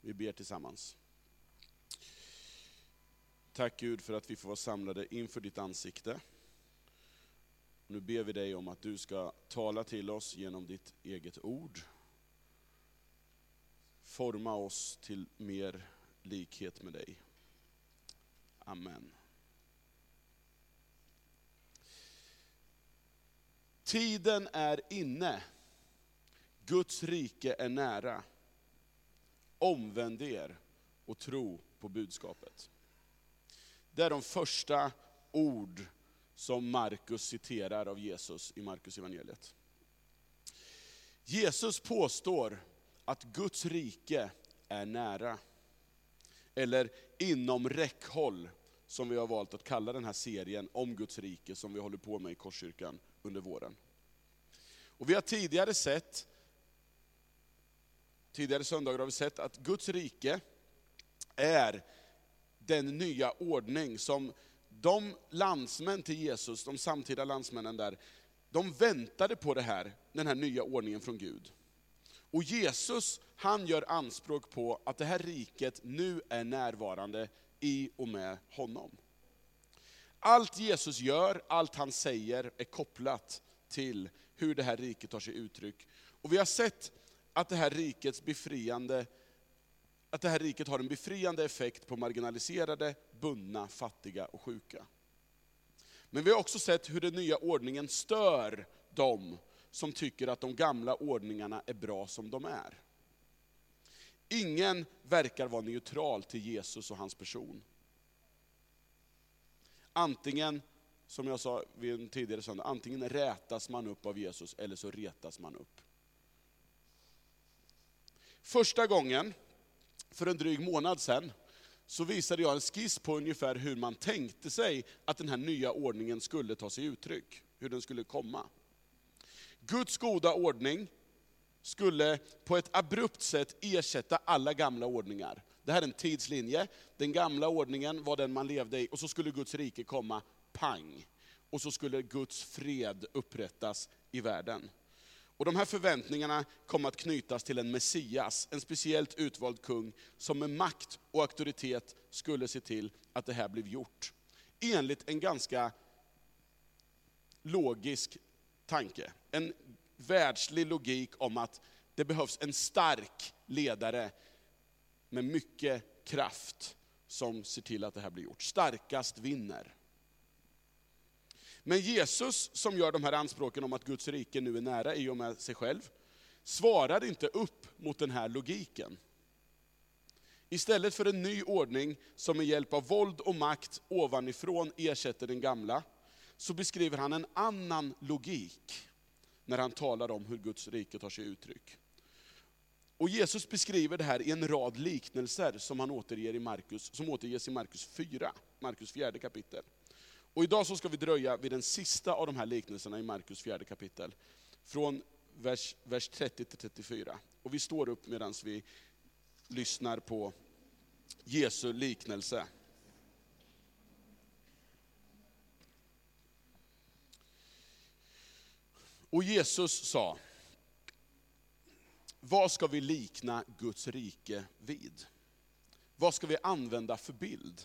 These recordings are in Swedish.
Vi ber tillsammans. Tack Gud för att vi får vara samlade inför ditt ansikte. Nu ber vi dig om att du ska tala till oss genom ditt eget ord. Forma oss till mer likhet med dig. Amen. Tiden är inne. Guds rike är nära. Omvänd er och tro på budskapet. Det är de första ord som Markus citerar av Jesus i Markus evangeliet. Jesus påstår att Guds rike är nära. Eller inom räckhåll, som vi har valt att kalla den här serien om Guds rike som vi håller på med i Korskyrkan under våren. Och vi har tidigare söndagar har vi sett att Guds rike är den nya ordning som de landsmän till Jesus, de samtida landsmännen där, de väntade på den här nya ordningen från Gud. Och Jesus, han gör anspråk på att det här riket nu är närvarande i och med honom. Allt Jesus gör, allt han säger är kopplat till hur det här riket tar sig uttryck. Och vi har sett att det här riket har en befriande effekt på marginaliserade, bundna, fattiga och sjuka. Men vi har också sett hur den nya ordningen stör dem som tycker att de gamla ordningarna är bra som de är. Ingen verkar vara neutral till Jesus och hans person. Antingen, som jag sa vid en tidigare söndag, antingen rätas man upp av Jesus eller så retas man upp. Första gången, för en dryg månad sedan, så visade jag en skiss på ungefär hur man tänkte sig att den här nya ordningen skulle ta sig uttryck. Hur den skulle komma. Guds goda ordning skulle på ett abrupt sätt ersätta alla gamla ordningar. Det här är en tidslinje. Den gamla ordningen var den man levde i och så skulle Guds rike komma, pang. Och så skulle Guds fred upprättas i världen. Och de här förväntningarna kom att knytas till en Messias, en speciellt utvald kung som med makt och auktoritet skulle se till att det här blev gjort. Enligt en ganska logisk tanke, en världslig logik om att det behövs en stark ledare med mycket kraft som ser till att det här blir gjort. Starkast vinner. Men Jesus, som gör de här anspråken om att Guds rike nu är nära i och med sig själv, svarar inte upp mot den här logiken. Istället för en ny ordning som med hjälp av våld och makt ovanifrån ersätter den gamla, så beskriver han en annan logik när han talar om hur Guds rike tar sig uttryck. Och Jesus beskriver det här i en rad liknelser som han återges i Markus 4, Markus 4 kapitel. Och idag så ska vi dröja vid den sista av de här liknelserna i Markus 4 kapitel. Från vers 30-34. Och vi står upp medan vi lyssnar på Jesu liknelse. Och Jesus sa: vad ska vi likna Guds rike vid? Vad ska vi använda för bild?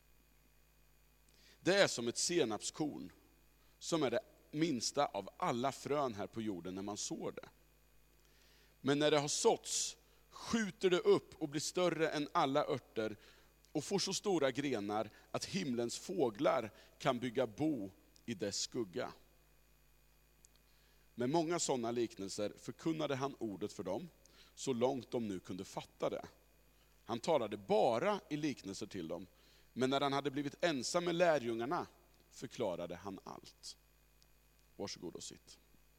Det är som ett senapskorn som är det minsta av alla frön här på jorden när man sår det. Men när det har såtts skjuter det upp och blir större än alla örter och får så stora grenar att himlens fåglar kan bygga bo i dess skugga. Med många sådana liknelser förkunnade han ordet för dem, så långt de nu kunde fatta det. Han talade bara i liknelser till dem, men när han hade blivit ensam med lärjungarna förklarade han allt. Varsågod och sitt.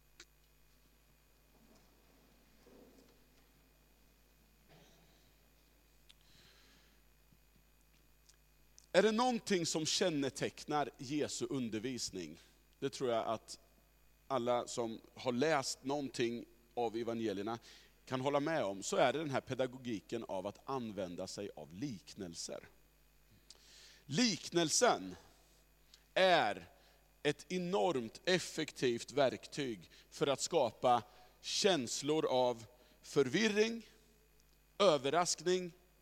Är det någonting som kännetecknar Jesu undervisning? Det tror jag att alla som har läst någonting av evangelierna kan hålla med om. Så är det den här pedagogiken av att använda sig av liknelser. Liknelsen är ett enormt effektivt verktyg för att skapa känslor av förvirring, överraskning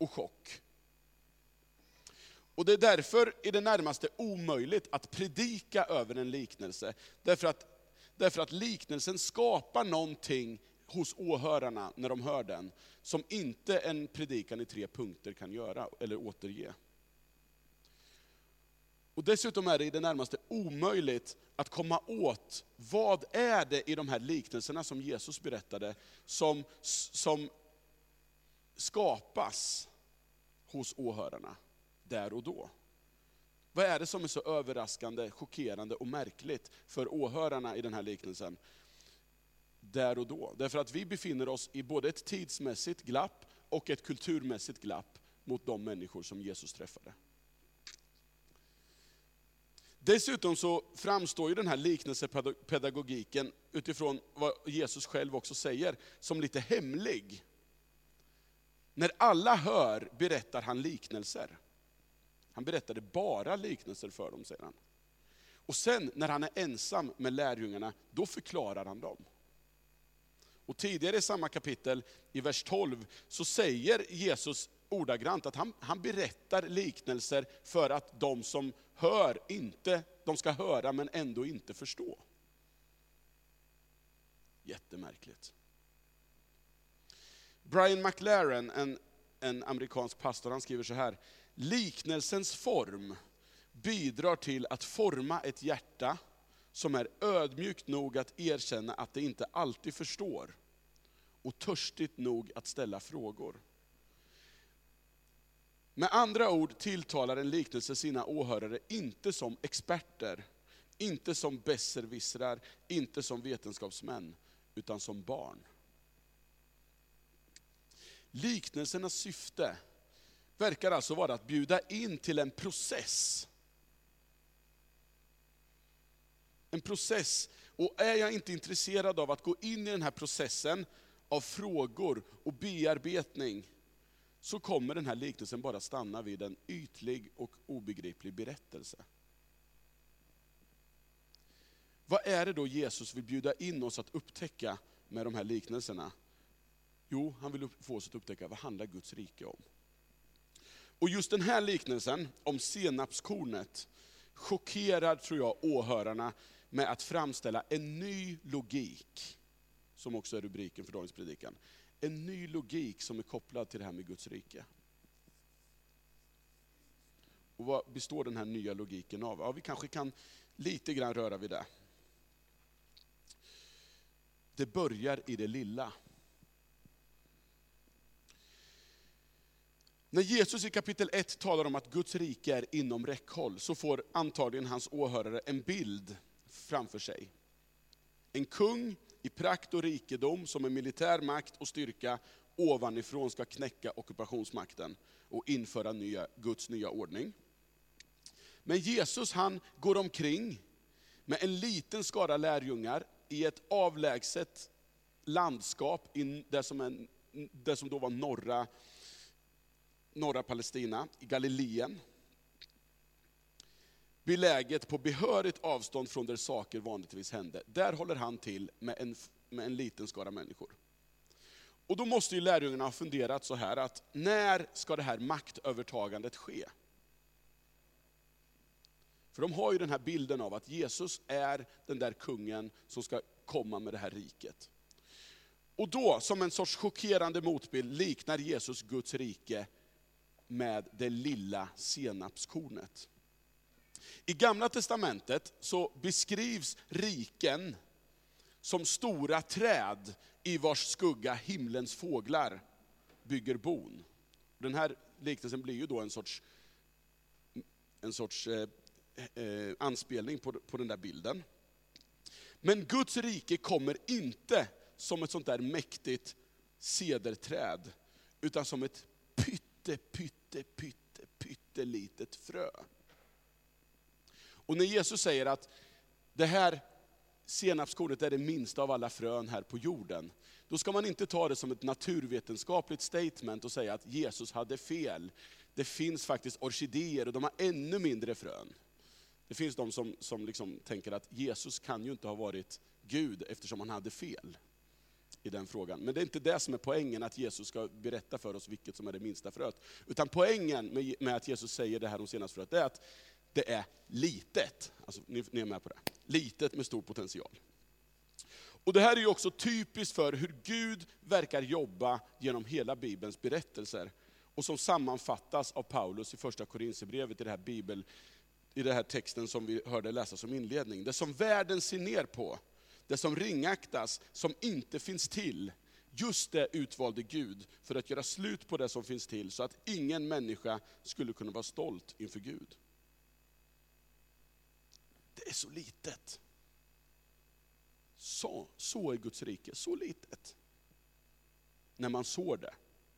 och chock. Och det är därför i det närmaste omöjligt att predika över en liknelse. Därför att liknelsen skapar någonting hos åhörarna när de hör den, som inte en predikan i 3 punkter kan göra eller återge. Och dessutom är det i det närmaste omöjligt att komma åt vad är det i de här liknelserna som Jesus berättade som skapas hos åhörarna där och då. Vad är det som är så överraskande, chockerande och märkligt för åhörarna i den här liknelsen där och då? Därför att vi befinner oss i både ett tidsmässigt glapp och ett kulturmässigt glapp mot de människor som Jesus träffade. Dessutom så framstår ju den här liknelsepedagogiken utifrån vad Jesus själv också säger som lite hemlig. När alla hör berättar han liknelser. Han berättade bara liknelser för dem, säger han. Och sen när han är ensam med lärjungarna, då förklarar han dem. Och tidigare i samma kapitel, i vers 12, så säger Jesus ordagrant att han berättar liknelser för att de som hör de ska höra men ändå inte förstå. Jättemärkligt. Brian McLaren, en amerikansk pastor, han skriver så här: liknelsens form bidrar till att forma ett hjärta som är ödmjukt nog att erkänna att det inte alltid förstår och törstigt nog att ställa frågor. Med andra ord tilltalar en liknelse sina åhörare inte som experter, inte som besserwissrar, inte som vetenskapsmän, utan som barn. Liknelsernas syfte verkar alltså vara att bjuda in till en process. En process. Och är jag inte intresserad av att gå in i den här processen av frågor och bearbetning, så kommer den här liknelsen bara stanna vid en ytlig och obegriplig berättelse. Vad är det då Jesus vill bjuda in oss att upptäcka med de här liknelserna? Jo, han vill få oss att upptäcka vad handlar Guds rike om. Och just den här liknelsen om senapskornet chockerar, tror jag, åhörarna med att framställa en ny logik, som också är rubriken för dagens predikan. En ny logik som är kopplad till det här med Guds rike. Och vad består den här nya logiken av? Ja, vi kanske kan lite grann röra vid det. Det börjar i det lilla. När Jesus i kapitel 1 talar om att Guds rike är inom räckhåll, så får antagligen hans åhörare en bild framför sig. En kung i prakt och rikedom som en militär makt och styrka ovanifrån ska knäcka ockupationsmakten och införa Guds nya ordning. Men Jesus, han går omkring med en liten skara lärjungar i ett avlägset landskap, det som då var norra Palestina, i Galileen. Beläget på behörigt avstånd från där saker vanligtvis hände. Där håller han till med en liten skara människor. Och då måste ju lärjungarna ha funderat så här, att när ska det här maktövertagandet ske? För de har ju den här bilden av att Jesus är den där kungen som ska komma med det här riket. Och då, som en sorts chockerande motbild, liknar Jesus Guds rike med det lilla senapskornet. I Gamla testamentet så beskrivs riken som stora träd i vars skugga himlens fåglar bygger bon. Den här liknelsen blir ju då en sorts anspelning på den där bilden. Men Guds rike kommer inte som ett sånt där mäktigt cederträd, utan som ett pyttelitet frö. Och när Jesus säger att det här senapskornet är det minsta av alla frön här på jorden, då ska man inte ta det som ett naturvetenskapligt statement och säga att Jesus hade fel. Det finns faktiskt orkidéer och de har ännu mindre frön. Det finns de som liksom tänker att Jesus kan ju inte ha varit Gud eftersom han hade fel. i den frågan. Men det är inte det som är poängen, att Jesus ska berätta för oss vilket som är det minsta fröet. Utan poängen med att Jesus säger det här om senapsfröet, det är att det är litet. Alltså, ni är med på det. Litet med stor potential. Och det här är ju också typiskt för hur Gud verkar jobba genom hela Bibelns berättelser. Och som sammanfattas av Paulus i första Korinthierbrevet i den här texten som vi hörde läsa som inledning. Det som världen ser ner på, det som ringaktas, som inte finns till, just det utvalde Gud för att göra slut på det som finns till, så att ingen människa skulle kunna vara stolt inför Gud. Det är så litet. Så är Guds rike, så litet. När man sår det.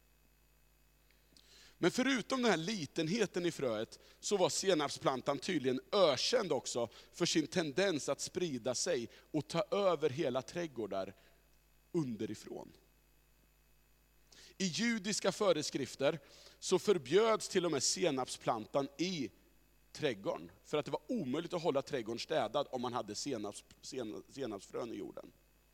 Men förutom den här litenheten i fröet, så var senapsplantan tydligen ökänd också för sin tendens att sprida sig och ta över hela trädgårdar underifrån. I judiska föreskrifter så förbjöds till och med senapsplantan i trädgården. För att det var omöjligt att hålla trädgården städad om man hade senapsfrön i jorden.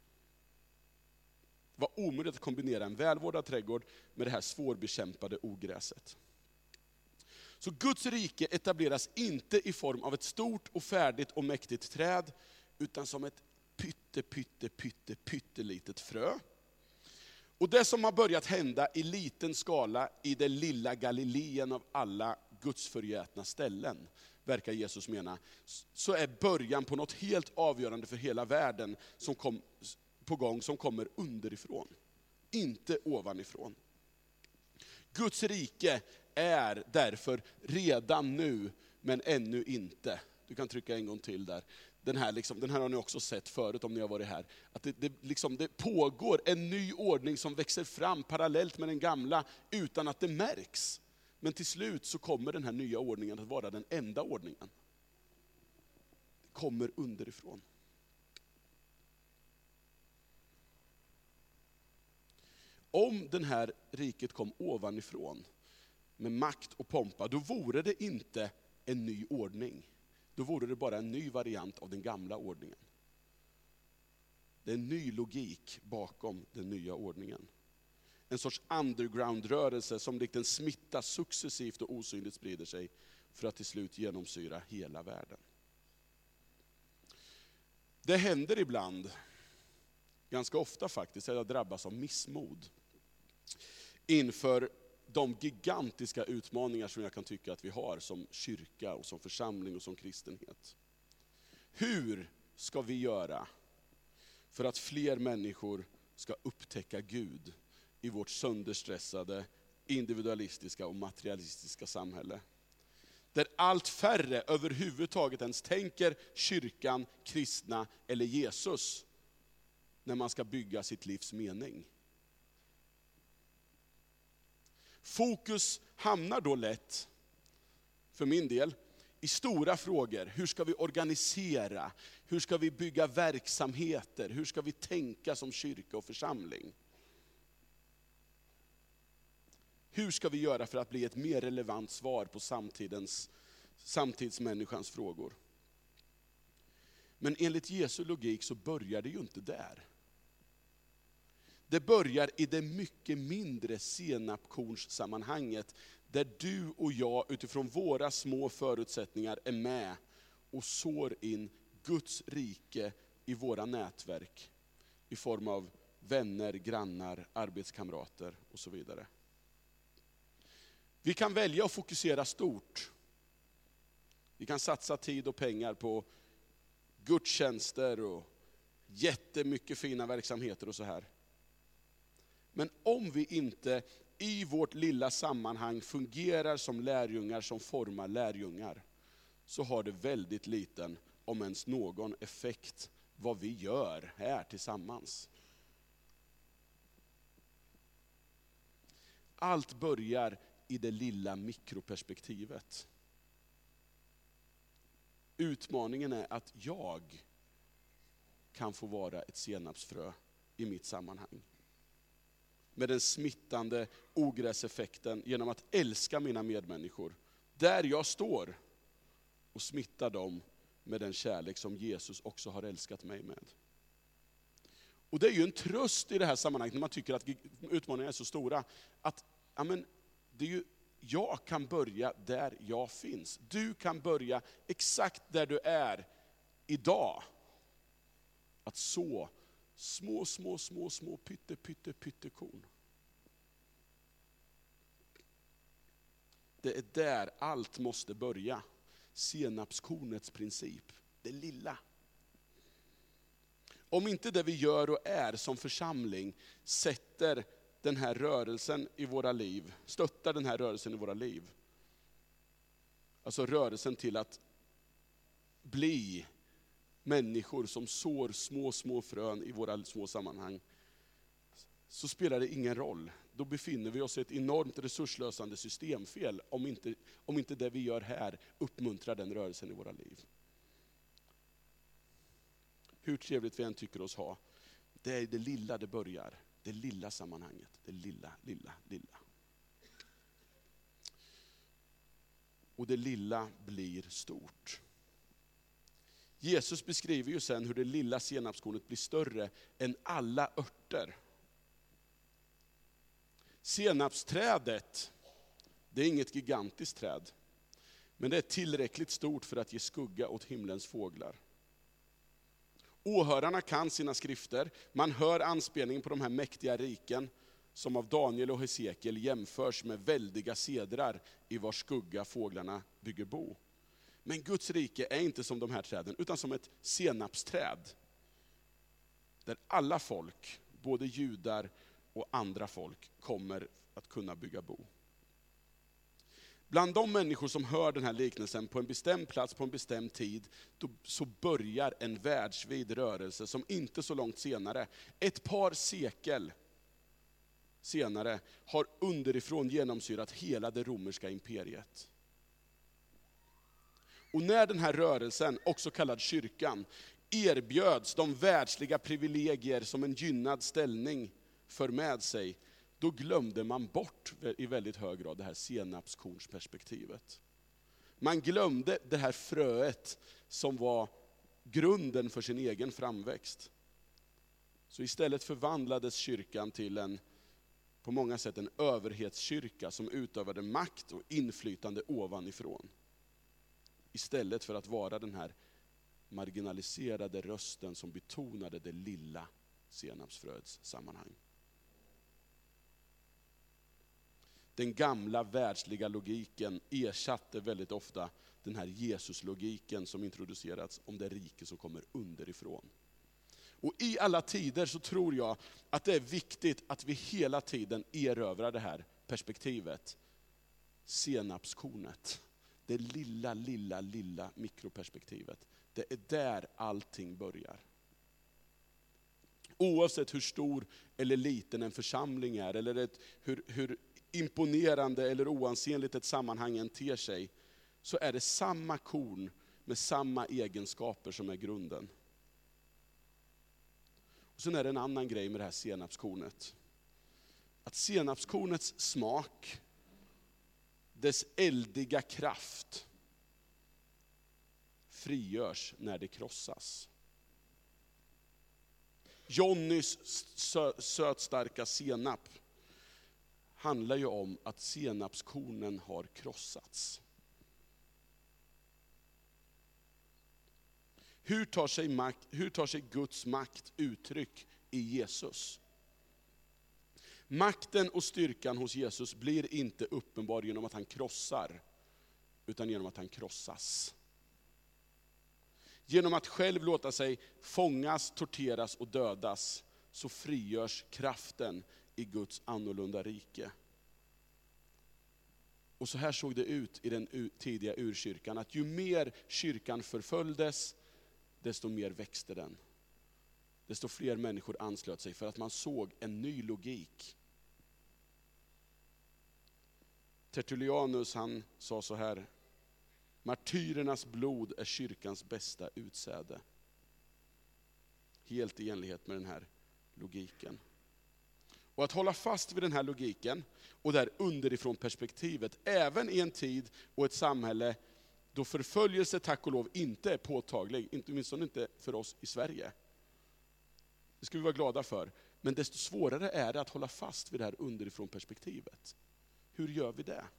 Det var omöjligt att kombinera en välvårdad trädgård med det här svårbekämpade ogräset. Så Guds rike etableras inte i form av ett stort och färdigt och mäktigt träd, utan som ett pyttelitet frö. Och det som har börjat hända i liten skala i det lilla Galileen av alla gudsförgätna ställen, verkar Jesus mena, så är början på något helt avgörande för hela världen som kommer underifrån, inte ovanifrån. Guds rike är därför redan nu, men ännu inte. Du kan trycka en gång till där. Den här har ni också sett förut om ni har varit här. Att det pågår en ny ordning som växer fram parallellt med den gamla utan att det märks. Men till slut så kommer den här nya ordningen att vara den enda ordningen. Det kommer underifrån. Om den här riket kom ovanifrån med makt och pompa, då vore det inte en ny ordning. Då vore det bara en ny variant av den gamla ordningen. Det är en ny logik bakom den nya ordningen. En sorts underground-rörelse som likt en smitta successivt och osynligt sprider sig för att till slut genomsyra hela världen. Det händer ibland, ganska ofta faktiskt, att jag drabbas av missmod inför de gigantiska utmaningar som jag kan tycka att vi har som kyrka och som församling och som kristenhet. Hur ska vi göra för att fler människor ska upptäcka Gud i vårt sönderstressade, individualistiska och materialistiska samhälle? Där allt färre överhuvudtaget ens tänker kyrkan, kristna eller Jesus när man ska bygga sitt livs mening. Fokus hamnar då lätt, för min del, i stora frågor. Hur ska vi organisera? Hur ska vi bygga verksamheter? Hur ska vi tänka som kyrka och församling? Hur ska vi göra för att bli ett mer relevant svar på samtidsmänniskans frågor? Men enligt Jesu logik så börjar det ju inte där. Det börjar i det mycket mindre senapkornssammanhanget, där du och jag utifrån våra små förutsättningar är med och sår in Guds rike i våra nätverk i form av vänner, grannar, arbetskamrater och så vidare. Vi kan välja att fokusera stort. Vi kan satsa tid och pengar på gudstjänster och jättemycket fina verksamheter och så här. Men om vi inte i vårt lilla sammanhang fungerar som lärjungar som formar lärjungar, så har det väldigt liten, om ens någon, effekt vad vi gör här tillsammans. Allt börjar i det lilla mikroperspektivet. Utmaningen är att jag kan få vara ett senapsfrö i mitt sammanhang. Med den smittande ogräseffekten genom att älska mina medmänniskor där jag står och smitta dem med den kärlek som Jesus också har älskat mig med. Och det är ju en tröst i det här sammanhanget när man tycker att utmaningarna är så stora. Att det är ju, jag kan börja där jag finns. Du kan börja exakt där du är idag. Att så små pyttekorn. Det är där allt måste börja. Senapskornets princip. Det lilla. Om inte det vi gör och är som församling sätter den här rörelsen i våra liv, stöttar den här rörelsen i våra liv. Alltså rörelsen till att bli människor som sår små frön i våra små sammanhang. Så spelar det ingen roll. Då befinner vi oss i ett enormt resurslösande systemfel om inte det vi gör här uppmuntrar den rörelsen i våra liv. Hur trevligt vi än tycker oss ha. Det är det lilla det börjar. Det lilla sammanhanget. Det lilla. Och det lilla blir stort. Jesus beskriver ju sen hur det lilla senapskornet blir större än alla örter. Senapsträdet, det är inget gigantiskt träd. Men det är tillräckligt stort för att ge skugga åt himlens fåglar. Åhörarna kan sina skrifter. Man hör anspelningen på de här mäktiga riken som av Daniel och Hesekiel jämförs med väldiga cedrar i vars skugga fåglarna bygger bo. Men Guds rike är inte som de här träden utan som ett senapsträd. Där alla folk, både judar och andra folk, kommer att kunna bygga bo. Bland de människor som hör den här liknelsen på en bestämd plats, på en bestämd tid, så börjar en världsvid rörelse som inte så långt senare, ett par sekel senare, har underifrån genomsyrat hela det romerska imperiet. Och när den här rörelsen, också kallad kyrkan, erbjöds de världsliga privilegier som en gynnad ställning för med sig, då glömde man bort i väldigt hög grad det här senapskornsperspektivet. Man glömde det här fröet som var grunden för sin egen framväxt. Så istället förvandlades kyrkan till på många sätt en överhetskyrka som utövade makt och inflytande ovanifrån. Istället för att vara den här marginaliserade rösten som betonade det lilla senapsfröets sammanhang. Den gamla världsliga logiken ersatte väldigt ofta den här Jesuslogiken som introducerats om det rike som kommer underifrån. Och i alla tider så tror jag att det är viktigt att vi hela tiden erövrar det här perspektivet. Senapskornet. Det lilla mikroperspektivet. Det är där allting börjar. Oavsett hur stor eller liten en församling är, eller hur imponerande eller oansenligt ett sammanhang än ter sig, så är det samma korn med samma egenskaper som är grunden. Och sen är det en annan grej med det här senapskornet. Att senapskornets smak, dess eldiga kraft, frigörs när det krossas. Johnnys sötstarka senap handlar ju om att senapskornen har krossats. Hur tar sig Guds makt uttryck i Jesus? Makten och styrkan hos Jesus blir inte uppenbar genom att han krossar, utan genom att han krossas. Genom att själv låta sig fångas, torteras och dödas, så frigörs kraften i Guds annorlunda rike. Och så här såg det ut i den tidiga urkyrkan, att ju mer kyrkan förföljdes, desto mer växte den. Desto fler människor anslöt sig för att man såg en ny logik. Tertullianus, han sa så här: martyrernas blod är kyrkans bästa utsäde. Helt i enlighet med den här logiken. Och att hålla fast vid den här logiken och där underifrån perspektivet, även i en tid och ett samhälle då förföljelse, tack och lov, inte är påtaglig, inte minst inte för oss i Sverige. Det ska vi vara glada för. Men desto svårare är det att hålla fast vid det här underifrån perspektivet. Hur gör vi det?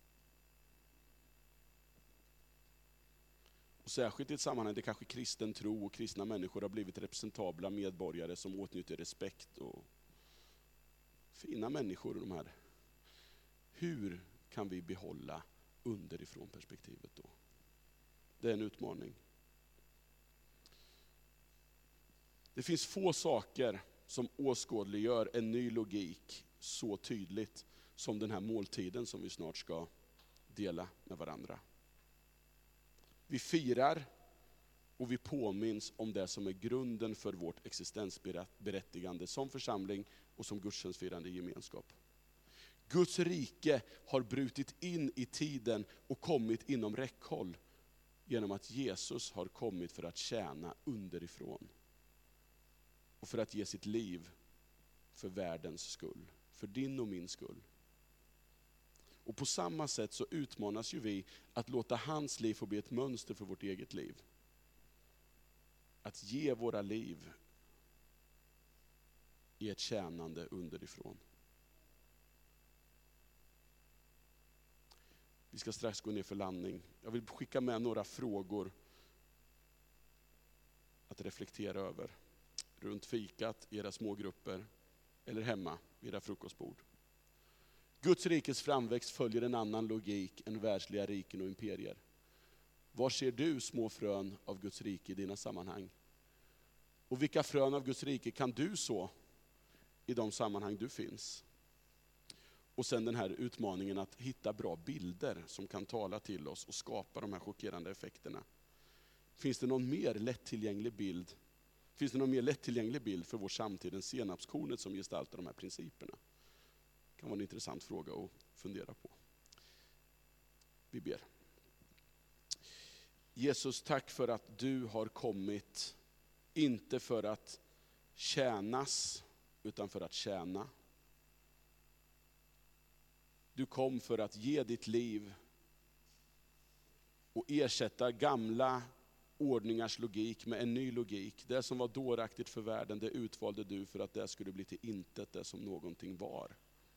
Och särskilt i ett sammanhang där kanske kristen tro och kristna människor har blivit representabla medborgare som åtnjuter respekt och fina människor. De här. Hur kan vi behålla underifrån perspektivet då? Det är en utmaning. Det finns få saker som åskådliggör en ny logik så tydligt som den här måltiden som vi snart ska dela med varandra. Vi firar och vi påminns om det som är grunden för vårt existensberättigande som församling och som gudstjänstfirande gemenskap. Guds rike har brutit in i tiden och kommit inom räckhåll genom att Jesus har kommit för att tjäna underifrån. Och för att ge sitt liv för världens skull, för din och min skull. Och på samma sätt så utmanas ju vi att låta hans liv få bli ett mönster för vårt eget liv. Att ge våra liv i ett tjänande underifrån. Vi ska strax gå ner för landning. Jag vill skicka med några frågor att reflektera över. Runt fikat, i era smågrupper eller hemma vid era frukostbord. Guds rikes framväxt följer en annan logik än världsliga riken och imperier. Var ser du små frön av Guds rike i dina sammanhang? Och vilka frön av Guds rike kan du så i de sammanhang du finns? Och sen den här utmaningen att hitta bra bilder som kan tala till oss och skapa de här chockerande effekterna. Finns det någon mer lättillgänglig bild? Finns det någon mer lättillgänglig bild för vår samtid än senapskornet som gestaltar de här principerna? Det kan vara en intressant fråga att fundera på. Vi ber. Jesus, tack för att du har kommit, inte för att tjänas, utan för att tjäna. Du kom för att ge ditt liv och ersätta gamla ordningars logik med en ny logik. Det som var dåraktigt för världen, det utvalde du för att det skulle bli till intet det som någonting var.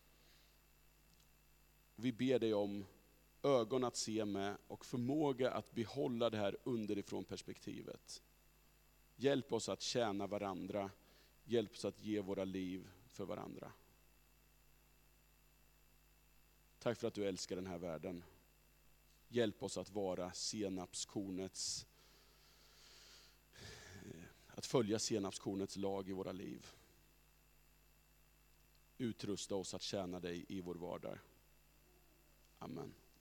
Vi ber dig om ögon att se med och förmåga att behålla det här underifrån perspektivet. Hjälp oss att tjäna varandra, hjälp oss att ge våra liv för varandra. Tack för att du älskar den här världen. Hjälp oss att vara senapskornets, att följa senapskornets lag i våra liv. Utrusta oss att tjäna dig i vår vardag. Amen.